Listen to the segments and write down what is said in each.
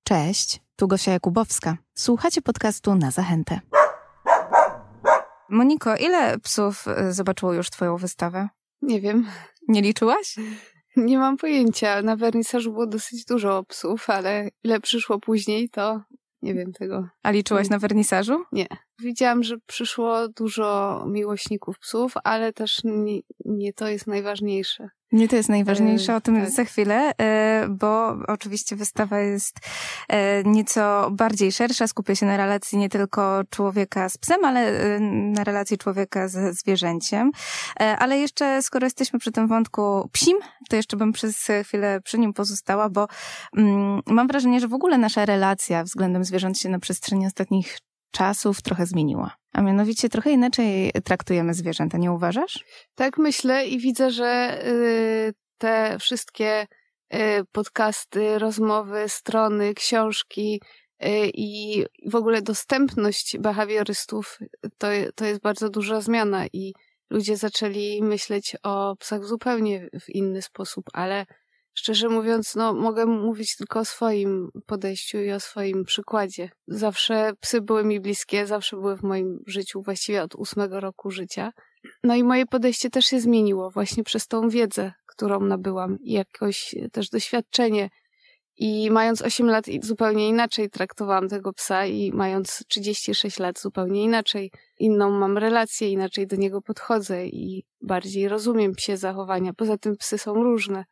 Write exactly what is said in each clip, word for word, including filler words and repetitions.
Cześć, tu Gosia Jakubowska. Słuchacie podcastu Na Zachętę. Moniko, ile psów zobaczyło już twoją wystawę? Nie wiem. Nie liczyłaś? Nie mam pojęcia. Na wernisażu było dosyć dużo psów, ale ile przyszło później, to nie wiem tego. A liczyłaś na wernisażu? Nie. Widziałam, że przyszło dużo miłośników psów, ale też nie, nie to jest najważniejsze. Nie to jest najważniejsze, o tym tak. za chwilę, bo oczywiście wystawa jest nieco bardziej szersza, skupia się na relacji nie tylko człowieka z psem, ale na relacji człowieka ze zwierzęciem. Ale jeszcze, skoro jesteśmy przy tym wątku psim, to jeszcze bym przez chwilę przy nim pozostała, bo mam wrażenie, że w ogóle nasza relacja względem zwierząt się na przestrzeni ostatnich czasów trochę zmieniła. A mianowicie trochę inaczej traktujemy zwierzęta, nie uważasz? Tak myślę i widzę, że y, te wszystkie y, podcasty, rozmowy, strony, książki y, i w ogóle dostępność behawiorystów to, to jest bardzo duża zmiana i ludzie zaczęli myśleć o psach zupełnie w inny sposób, ale szczerze mówiąc, no mogę mówić tylko o swoim podejściu i o swoim przykładzie. Zawsze psy były mi bliskie, zawsze były w moim życiu, właściwie od ósmego roku życia. No i moje podejście też się zmieniło właśnie przez tą wiedzę, którą nabyłam i jakoś też doświadczenie. I mając osiem lat zupełnie inaczej traktowałam tego psa i mając trzydzieści sześć lat zupełnie inaczej. Inną mam relację, inaczej do niego podchodzę i bardziej rozumiem psie zachowania. Poza tym psy są różne.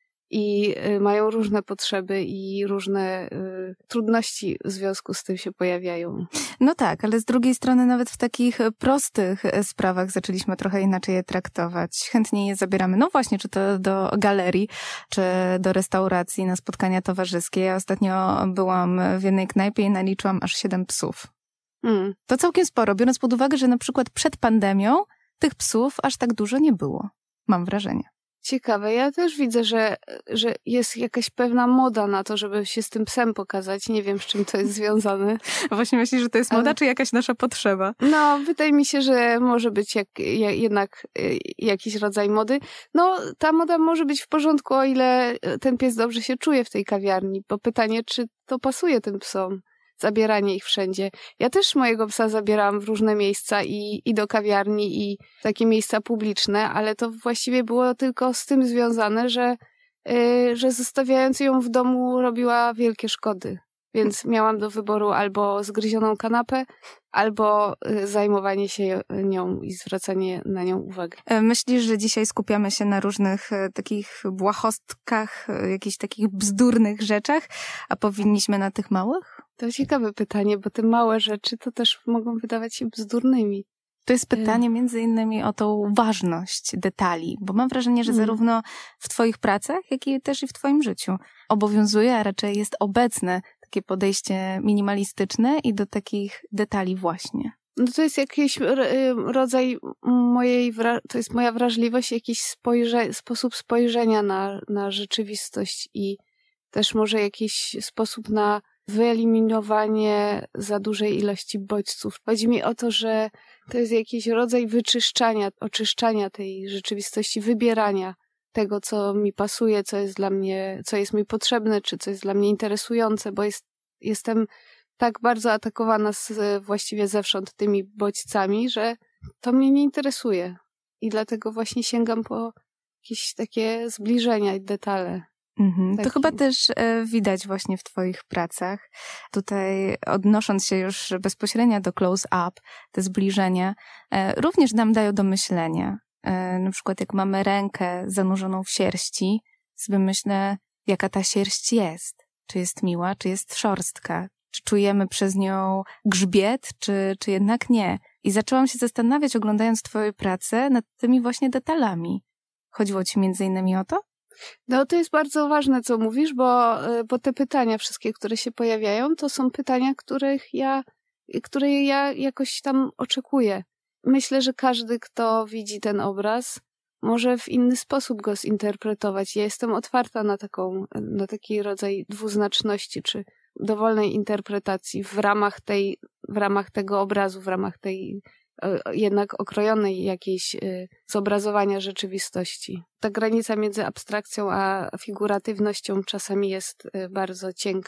I mają różne potrzeby i różne y, trudności w związku z tym się pojawiają. No tak, ale z drugiej strony nawet w takich prostych sprawach zaczęliśmy trochę inaczej je traktować. Chętnie je zabieramy, no właśnie, czy to do galerii, czy do restauracji, na spotkania towarzyskie. Ja ostatnio byłam w jednej knajpie i naliczyłam aż siedem psów. Mm. To całkiem sporo, biorąc pod uwagę, że na przykład przed pandemią tych psów aż tak dużo nie było. Mam wrażenie. Ciekawe. Ja też widzę, że, że jest jakaś pewna moda na to, żeby się z tym psem pokazać. Nie wiem, z czym to jest związane. Właśnie myślisz, że to jest moda, Ale... czy jakaś nasza potrzeba? No, wydaje mi się, że może być jak, jak, jednak jakiś rodzaj mody. No, ta moda może być w porządku, o ile ten pies dobrze się czuje w tej kawiarni. Bo pytanie, czy to pasuje tym psom? Zabieranie ich wszędzie. Ja też mojego psa zabierałam w różne miejsca i, i do kawiarni i takie miejsca publiczne, ale to właściwie było tylko z tym związane, że, yy, że zostawiając ją w domu robiła wielkie szkody. Więc miałam do wyboru albo zgryzioną kanapę, albo zajmowanie się nią i zwracanie na nią uwagi. Myślisz, że dzisiaj skupiamy się na różnych takich błahostkach, jakichś takich bzdurnych rzeczach, a powinniśmy na tych małych? To ciekawe pytanie, bo te małe rzeczy to też mogą wydawać się bzdurnymi. To jest pytanie między innymi o tą ważność detali, bo mam wrażenie, że mm. zarówno w twoich pracach, jak i też i w twoim życiu obowiązuje, a raczej jest obecne takie podejście minimalistyczne i do takich detali właśnie. No to jest jakiś rodzaj mojej, to jest moja wrażliwość, jakiś spojrze, sposób spojrzenia na, na rzeczywistość i też może jakiś sposób na wyeliminowanie za dużej ilości bodźców. Chodzi mi o to, że to jest jakiś rodzaj wyczyszczania, oczyszczania tej rzeczywistości, wybierania tego, co mi pasuje, co jest dla mnie, co jest mi potrzebne, czy co jest dla mnie interesujące, bo jest, jestem tak bardzo atakowana z, właściwie zewsząd tymi bodźcami, że to mnie nie interesuje. I dlatego właśnie sięgam po jakieś takie zbliżenia i detale. Mhm. To chyba też widać właśnie w twoich pracach. Tutaj odnosząc się już bezpośrednio do close-up, te zbliżenia również nam dają do myślenia. Na przykład jak mamy rękę zanurzoną w sierści, sobie myślę, jaka ta sierść jest. Czy jest miła, czy jest szorstka. Czy czujemy przez nią grzbiet, czy, czy jednak nie. I zaczęłam się zastanawiać, oglądając twoje prace, nad tymi właśnie detalami. Chodziło ci między innymi o to? No to jest bardzo ważne, co mówisz, bo, bo te pytania wszystkie, które się pojawiają, to są pytania, których ja, które ja jakoś tam oczekuję. Myślę, że każdy, kto widzi ten obraz, może w inny sposób go zinterpretować. Ja jestem otwarta na taką, na taki rodzaj dwuznaczności, czy dowolnej interpretacji w ramach tej, w ramach tego obrazu, w ramach tej jednak okrojonej jakiejś zobrazowania rzeczywistości. Ta granica między abstrakcją a figuratywnością czasami jest bardzo cienka,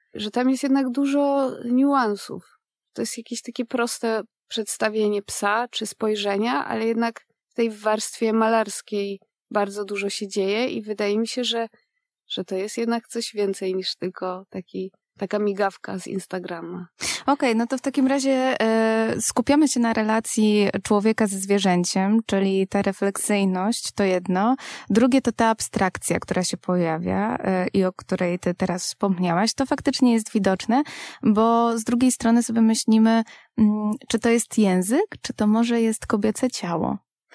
że tam jest jednak dużo niuansów. To jest jakieś takie proste przedstawienie psa czy spojrzenia, ale jednak w tej warstwie malarskiej bardzo dużo się dzieje i wydaje mi się, że, że to jest jednak coś więcej niż tylko taki, taka migawka z Instagrama. Okej, okay, no to w takim razie y, skupiamy się na relacji człowieka ze zwierzęciem, czyli ta refleksyjność to jedno. Drugie to ta abstrakcja, która się pojawia y, i o której ty teraz wspomniałaś. To faktycznie jest widoczne, bo z drugiej strony sobie myślimy, y, czy to jest język, czy to może jest kobiece ciało.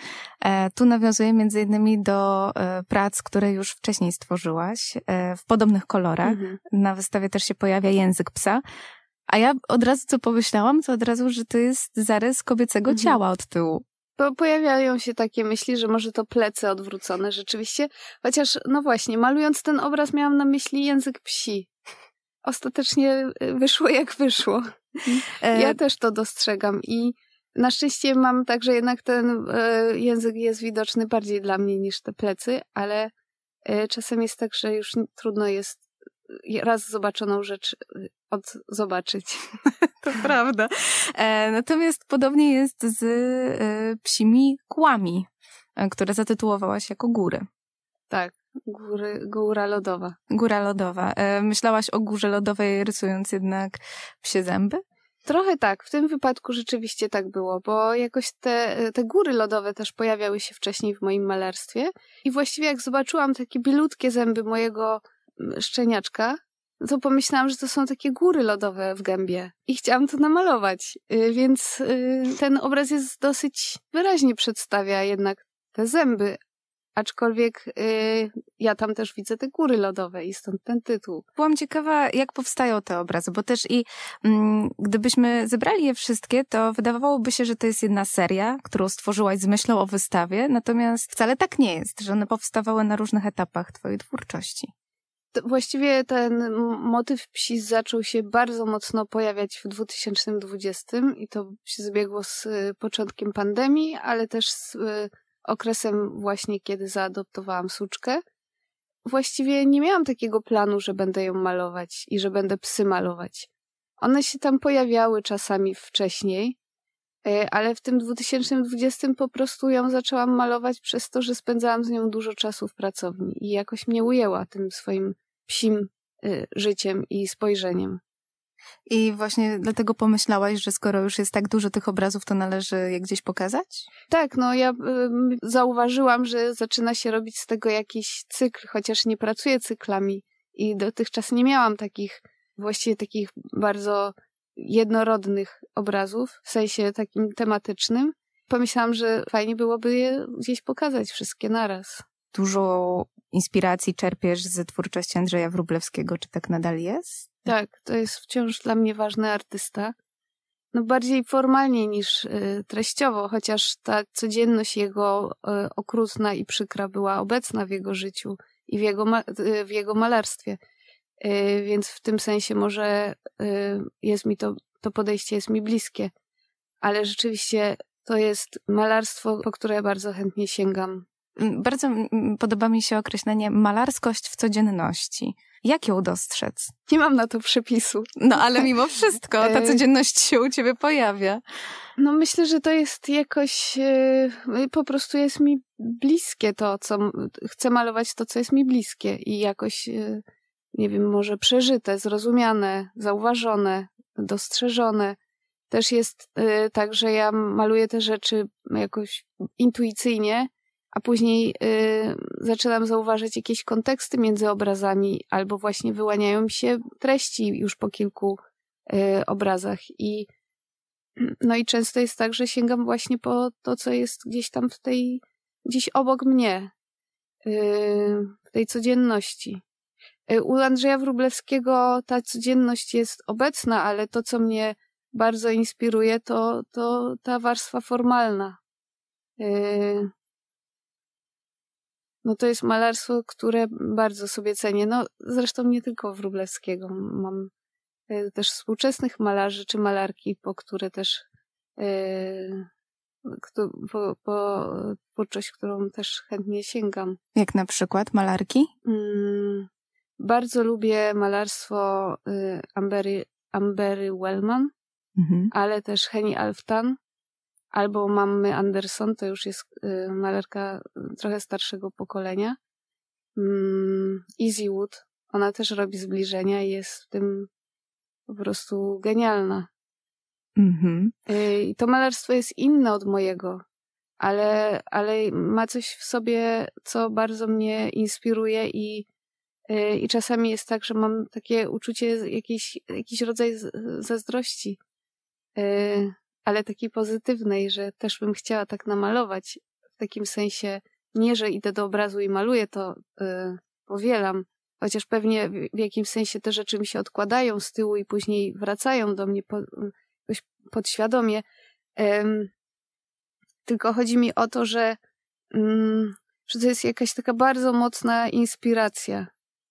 Tu nawiązuję między innymi do prac, które już wcześniej stworzyłaś w podobnych kolorach. Mhm. Na wystawie też się pojawia język psa. A ja od razu co pomyślałam, to od razu, że to jest zarys kobiecego mhm. ciała od tyłu. Bo pojawiają się takie myśli, że może to plecy odwrócone rzeczywiście. Chociaż, no właśnie, malując ten obraz miałam na myśli język psi. Ostatecznie wyszło jak wyszło. Ja e... też to dostrzegam i na szczęście mam tak, że jednak ten e, język jest widoczny bardziej dla mnie niż te plecy, ale e, czasem jest tak, że już trudno jest raz zobaczoną rzecz odzobaczyć. To prawda. E, natomiast podobnie jest z e, psimi kłami, e, które zatytułowałaś jako góry. Tak, góry, góra lodowa. Góra lodowa. E, myślałaś o górze lodowej, rysując jednak psie zęby? Trochę tak, w tym wypadku rzeczywiście tak było, bo jakoś te, te góry lodowe też pojawiały się wcześniej w moim malarstwie i właściwie jak zobaczyłam takie bielutkie zęby mojego szczeniaczka, to pomyślałam, że to są takie góry lodowe w gębie i chciałam to namalować, więc ten obraz jest dosyć wyraźnie przedstawia jednak te zęby, aczkolwiek y, ja tam też widzę te góry lodowe i stąd ten tytuł. Byłam ciekawa, jak powstają te obrazy, bo też i mm, gdybyśmy zebrali je wszystkie, to wydawałoby się, że to jest jedna seria, którą stworzyłaś z myślą o wystawie, natomiast wcale tak nie jest, że one powstawały na różnych etapach twojej twórczości. To właściwie ten motyw psi zaczął się bardzo mocno pojawiać w dwa tysiące dwudziestym i to się zbiegło z y, początkiem pandemii, ale też z y, okresem właśnie, kiedy zaadoptowałam suczkę. Właściwie nie miałam takiego planu, że będę ją malować i że będę psy malować. One się tam pojawiały czasami wcześniej, ale w tym dwa tysiące dwudziestym po prostu ją zaczęłam malować przez to, że spędzałam z nią dużo czasu w pracowni i jakoś mnie ujęła tym swoim psim życiem i spojrzeniem. I właśnie dlatego pomyślałaś, że skoro już jest tak dużo tych obrazów, to należy je gdzieś pokazać? Tak, no ja y, zauważyłam, że zaczyna się robić z tego jakiś cykl, chociaż nie pracuję cyklami i dotychczas nie miałam takich, właściwie takich bardzo jednorodnych obrazów, w sensie takim tematycznym. Pomyślałam, że fajnie byłoby je gdzieś pokazać wszystkie naraz. Dużo inspiracji czerpiesz z twórczości Andrzeja Wróblewskiego, czy tak nadal jest? Tak, to jest wciąż dla mnie ważny artysta. No bardziej formalnie niż y, treściowo, chociaż ta codzienność jego y, okrutna i przykra była obecna w jego życiu i w jego, ma- y, w jego malarstwie. Y, więc w tym sensie może y, jest mi to, to podejście jest mi bliskie. Ale rzeczywiście to jest malarstwo, po które bardzo chętnie sięgam. Bardzo podoba mi się określenie malarskość w codzienności. Jak ją dostrzec? Nie mam na to przepisu. No ale mimo wszystko ta codzienność się u ciebie pojawia. No myślę, że to jest jakoś, yy, po prostu jest mi bliskie to, co chcę malować, to co jest mi bliskie i jakoś, yy, nie wiem, może przeżyte, zrozumiane, zauważone, dostrzeżone. Też jest yy, tak, że ja maluję te rzeczy jakoś intuicyjnie, a później y, zaczynam zauważać jakieś konteksty między obrazami albo właśnie wyłaniają mi się treści już po kilku y, obrazach i no i często jest tak, że sięgam właśnie po to, co jest gdzieś tam w tej, gdzieś obok mnie, y, w tej codzienności. Y, u Andrzeja Wróblewskiego ta codzienność jest obecna, ale to, co mnie bardzo inspiruje, to, to ta warstwa formalna. Y, No to jest malarstwo, które bardzo sobie cenię. No zresztą nie tylko Wróblewskiego. Mam y, też współczesnych malarzy czy malarki, po które też y, kto, po, po twórczość, którą też chętnie sięgam. Jak na przykład malarki? Mm, Bardzo lubię malarstwo y, Ambery, Ambery Wellman, mhm. ale też Henny Alftan, albo Mamy Anderson, to już jest y, malarka trochę starszego pokolenia. Mm, Easy Wood, ona też robi zbliżenia i jest w tym po prostu genialna. Mhm. Y, I to malarstwo jest inne od mojego, ale, ale ma coś w sobie, co bardzo mnie inspiruje i I czasami jest tak, że mam takie uczucie, jakiś, jakiś rodzaj zazdrości, ale takiej pozytywnej, że też bym chciała tak namalować. W takim sensie nie, że idę do obrazu i maluję, to powielam, chociaż pewnie w jakimś sensie te rzeczy mi się odkładają z tyłu i później wracają do mnie po, jakoś podświadomie. Tylko chodzi mi o to, że, że to jest jakaś taka bardzo mocna inspiracja.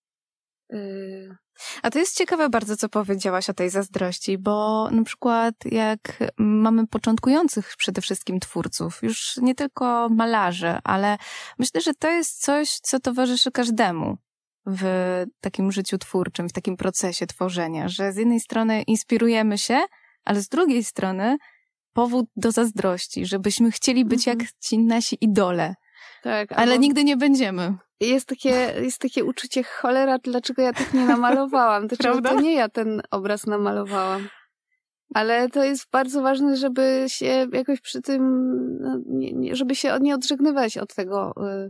A to jest ciekawe bardzo, co powiedziałaś o tej zazdrości, bo na przykład jak mamy początkujących przede wszystkim twórców, już nie tylko malarzy, ale myślę, że to jest coś, co towarzyszy każdemu w takim życiu twórczym, w takim procesie tworzenia, że z jednej strony inspirujemy się, ale z drugiej strony powód do zazdrości, żebyśmy chcieli być mhm. jak ci nasi idole. Tak, ale albo... nigdy nie będziemy. Jest takie, jest takie uczucie, cholera, dlaczego ja tak nie namalowałam? Dlaczego to nie ja ten obraz namalowałam? Ale to jest bardzo ważne, żeby się jakoś przy tym, no, nie, nie, żeby się nie odżegnywać od tego,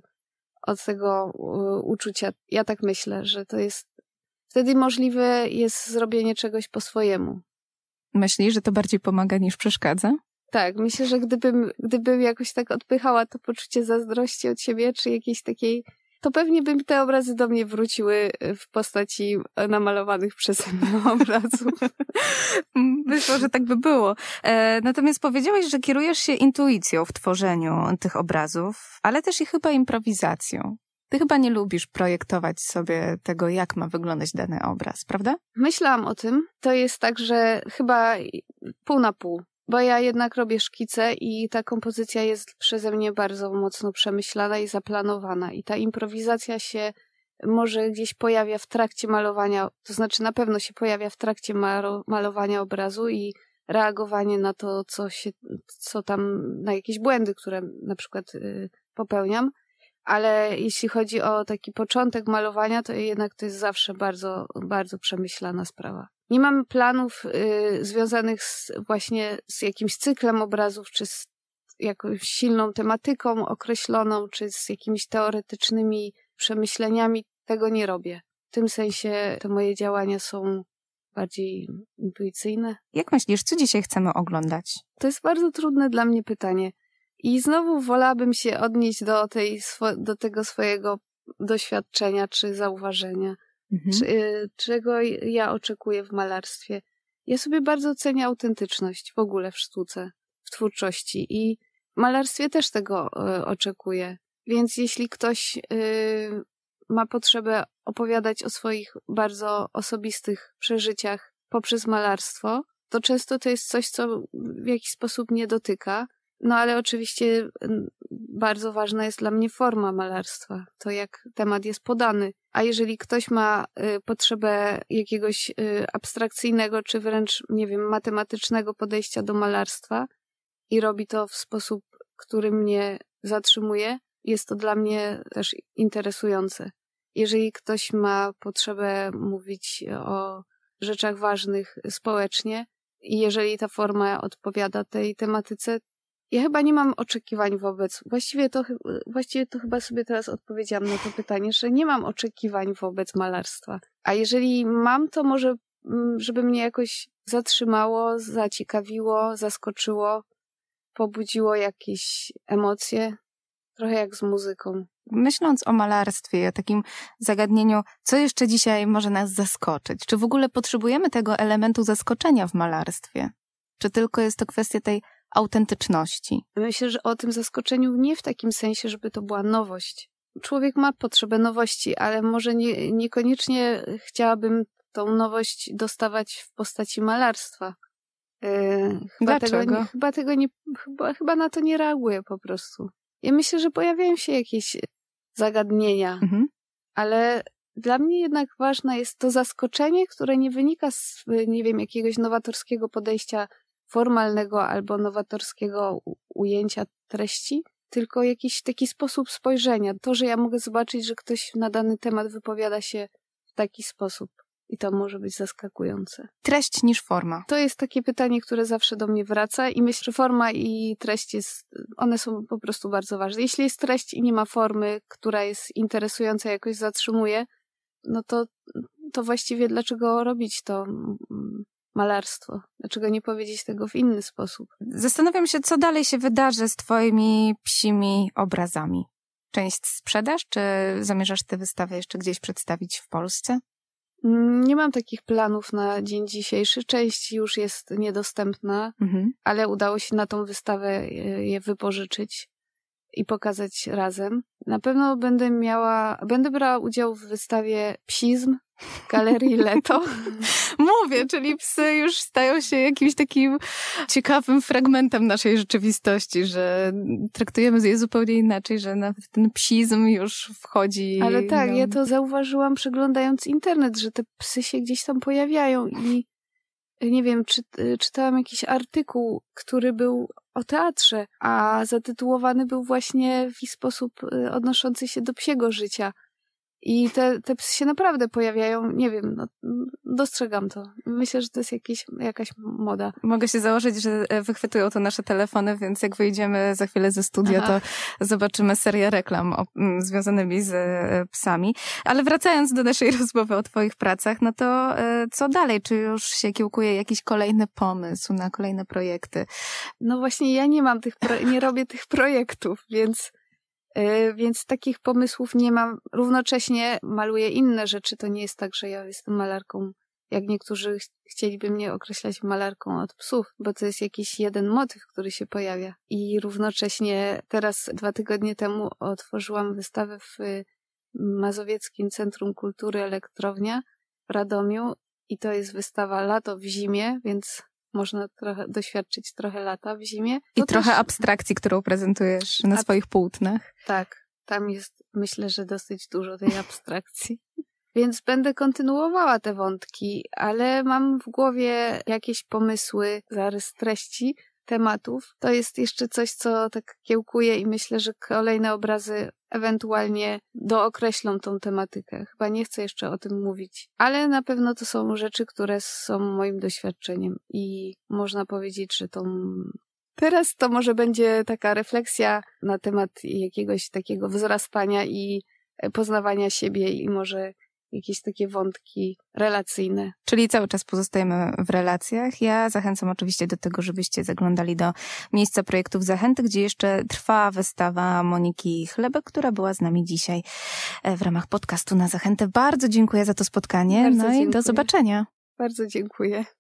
od tego uczucia. Ja tak myślę, że to jest, wtedy możliwe jest zrobienie czegoś po swojemu. Myślisz, że to bardziej pomaga niż przeszkadza? Tak, myślę, że gdybym, gdybym jakoś tak odpychała to poczucie zazdrości od siebie, czy jakiejś takiej, to pewnie by te obrazy do mnie wróciły w postaci namalowanych przeze mnie obrazów. Wyszło, że tak by było. E, natomiast powiedziałaś, że kierujesz się intuicją w tworzeniu tych obrazów, ale też i chyba improwizacją. Ty chyba nie lubisz projektować sobie tego, jak ma wyglądać dany obraz, prawda? Myślałam o tym. To jest tak, że chyba pół na pół. Bo ja jednak robię szkice i ta kompozycja jest przeze mnie bardzo mocno przemyślana i zaplanowana. I ta improwizacja się może gdzieś pojawia w trakcie malowania, to znaczy na pewno się pojawia w trakcie malowania obrazu i reagowanie na to, co się, co tam, na jakieś błędy, które na przykład y, popełniam. Ale jeśli chodzi o taki początek malowania, to jednak to jest zawsze bardzo, bardzo przemyślana sprawa. Nie mam planów y, związanych z, właśnie z jakimś cyklem obrazów, czy z jakąś silną tematyką określoną, czy z jakimiś teoretycznymi przemyśleniami. Tego nie robię. W tym sensie te moje działania są bardziej intuicyjne. Jak myślisz, co dzisiaj chcemy oglądać? To jest bardzo trudne dla mnie pytanie. I znowu wolałabym się odnieść do, tej, do tego swojego doświadczenia czy zauważenia. Mhm. Czy, czego ja oczekuję w malarstwie. Ja sobie bardzo cenię autentyczność w ogóle w sztuce, w twórczości i w malarstwie też tego y, oczekuję. Więc jeśli ktoś y, ma potrzebę opowiadać o swoich bardzo osobistych przeżyciach poprzez malarstwo, to często to jest coś, co w jakiś sposób mnie dotyka. No ale oczywiście bardzo ważna jest dla mnie forma malarstwa, to jak temat jest podany. A jeżeli ktoś ma y, potrzebę jakiegoś y, abstrakcyjnego, czy wręcz, nie wiem, matematycznego podejścia do malarstwa i robi to w sposób, który mnie zatrzymuje, jest to dla mnie też interesujące. Jeżeli ktoś ma potrzebę mówić o rzeczach ważnych społecznie i jeżeli ta forma odpowiada tej tematyce, ja chyba nie mam oczekiwań wobec, właściwie to, właściwie to chyba sobie teraz odpowiedziałam na to pytanie, że nie mam oczekiwań wobec malarstwa. A jeżeli mam, to może, żeby mnie jakoś zatrzymało, zaciekawiło, zaskoczyło, pobudziło jakieś emocje, trochę jak z muzyką. Myśląc o malarstwie i o takim zagadnieniu, co jeszcze dzisiaj może nas zaskoczyć? Czy w ogóle potrzebujemy tego elementu zaskoczenia w malarstwie? Czy tylko jest to kwestia tej autentyczności? Myślę, że o tym zaskoczeniu nie w takim sensie, żeby to była nowość. Człowiek ma potrzebę nowości, ale może nie, niekoniecznie chciałabym tą nowość dostawać w postaci malarstwa. Yy, chyba Dlaczego? Tego nie, chyba tego nie, chyba, chyba na to nie reaguję po prostu. Ja myślę, że pojawiają się jakieś zagadnienia, mhm. ale Dla mnie jednak ważne jest to zaskoczenie, które nie wynika z, nie wiem, jakiegoś nowatorskiego podejścia formalnego albo nowatorskiego ujęcia treści, tylko jakiś taki sposób spojrzenia. To, że ja mogę zobaczyć, że ktoś na dany temat wypowiada się w taki sposób. I to może być zaskakujące. Treść niż forma. To jest takie pytanie, które zawsze do mnie wraca i myślę, że forma i treść jest, one są po prostu bardzo ważne. Jeśli jest treść i nie ma formy, która jest interesująca, jakoś zatrzymuje, no to, to właściwie dlaczego robić to malarstwo? Dlaczego nie powiedzieć tego w inny sposób? Zastanawiam się, co dalej się wydarzy z twoimi psimi obrazami. Część sprzedasz, czy zamierzasz tę wystawę jeszcze gdzieś przedstawić w Polsce? Nie mam takich planów na dzień dzisiejszy. Część już jest niedostępna, mhm. ale udało się na tą wystawę je wypożyczyć i pokazać razem. Na pewno będę miała, będę brała udział w wystawie Psizm Galerii Leto. Mówię, czyli psy już stają się jakimś takim ciekawym fragmentem naszej rzeczywistości, że traktujemy je zupełnie inaczej, że nawet ten psizm już wchodzi. Ale tak, no... ja to zauważyłam przeglądając internet, że te psy się gdzieś tam pojawiają i nie wiem, czy, czytałam jakiś artykuł, który był o teatrze, a zatytułowany był właśnie w sposób odnoszący się do psiego życia. I te, te psy się naprawdę pojawiają, nie wiem, no, dostrzegam to. Myślę, że to jest jakieś, jakaś moda. Mogę się założyć, że wychwytują to nasze telefony, więc jak wyjdziemy za chwilę ze studia, Aha. to zobaczymy serię reklam o, m, związanymi z e, psami. Ale wracając do naszej rozmowy o twoich pracach, no to e, co dalej? Czy już się kiełkuje jakiś kolejny pomysł na kolejne projekty? No właśnie ja nie mam tych, pro- nie robię tych projektów, więc... Więc takich pomysłów nie mam. Równocześnie maluję inne rzeczy. To nie jest tak, że ja jestem malarką, jak niektórzy ch- chcieliby mnie określać malarką od psów, bo to jest jakiś jeden motyw, który się pojawia. I równocześnie teraz, dwa tygodnie temu otworzyłam wystawę w Mazowieckim Centrum Kultury Elektrownia w Radomiu i to jest wystawa Lato w zimie, więc można trochę doświadczyć trochę lata w zimie. I to trochę też... abstrakcji, którą prezentujesz na swoich płótnach. Tak, tam jest, myślę, że dosyć dużo tej abstrakcji. Więc będę kontynuowała te wątki, ale mam w głowie jakieś pomysły, zarys treści, tematów. To jest jeszcze coś, co tak kiełkuje i myślę, że kolejne obrazy ewentualnie dookreślą tą tematykę. Chyba nie chcę jeszcze o tym mówić. Ale na pewno to są rzeczy, które są moim doświadczeniem i można powiedzieć, że tą... Teraz to może będzie taka refleksja na temat jakiegoś takiego wzrastania i poznawania siebie i może jakieś takie wątki relacyjne. Czyli cały czas pozostajemy w relacjach. Ja zachęcam oczywiście do tego, żebyście zaglądali do miejsca projektów Zachęty, gdzie jeszcze trwa wystawa Moniki Chlebek, która była z nami dzisiaj w ramach podcastu Na Zachętę. Bardzo dziękuję za to spotkanie. Bardzo no dziękuję. I do zobaczenia. Bardzo dziękuję.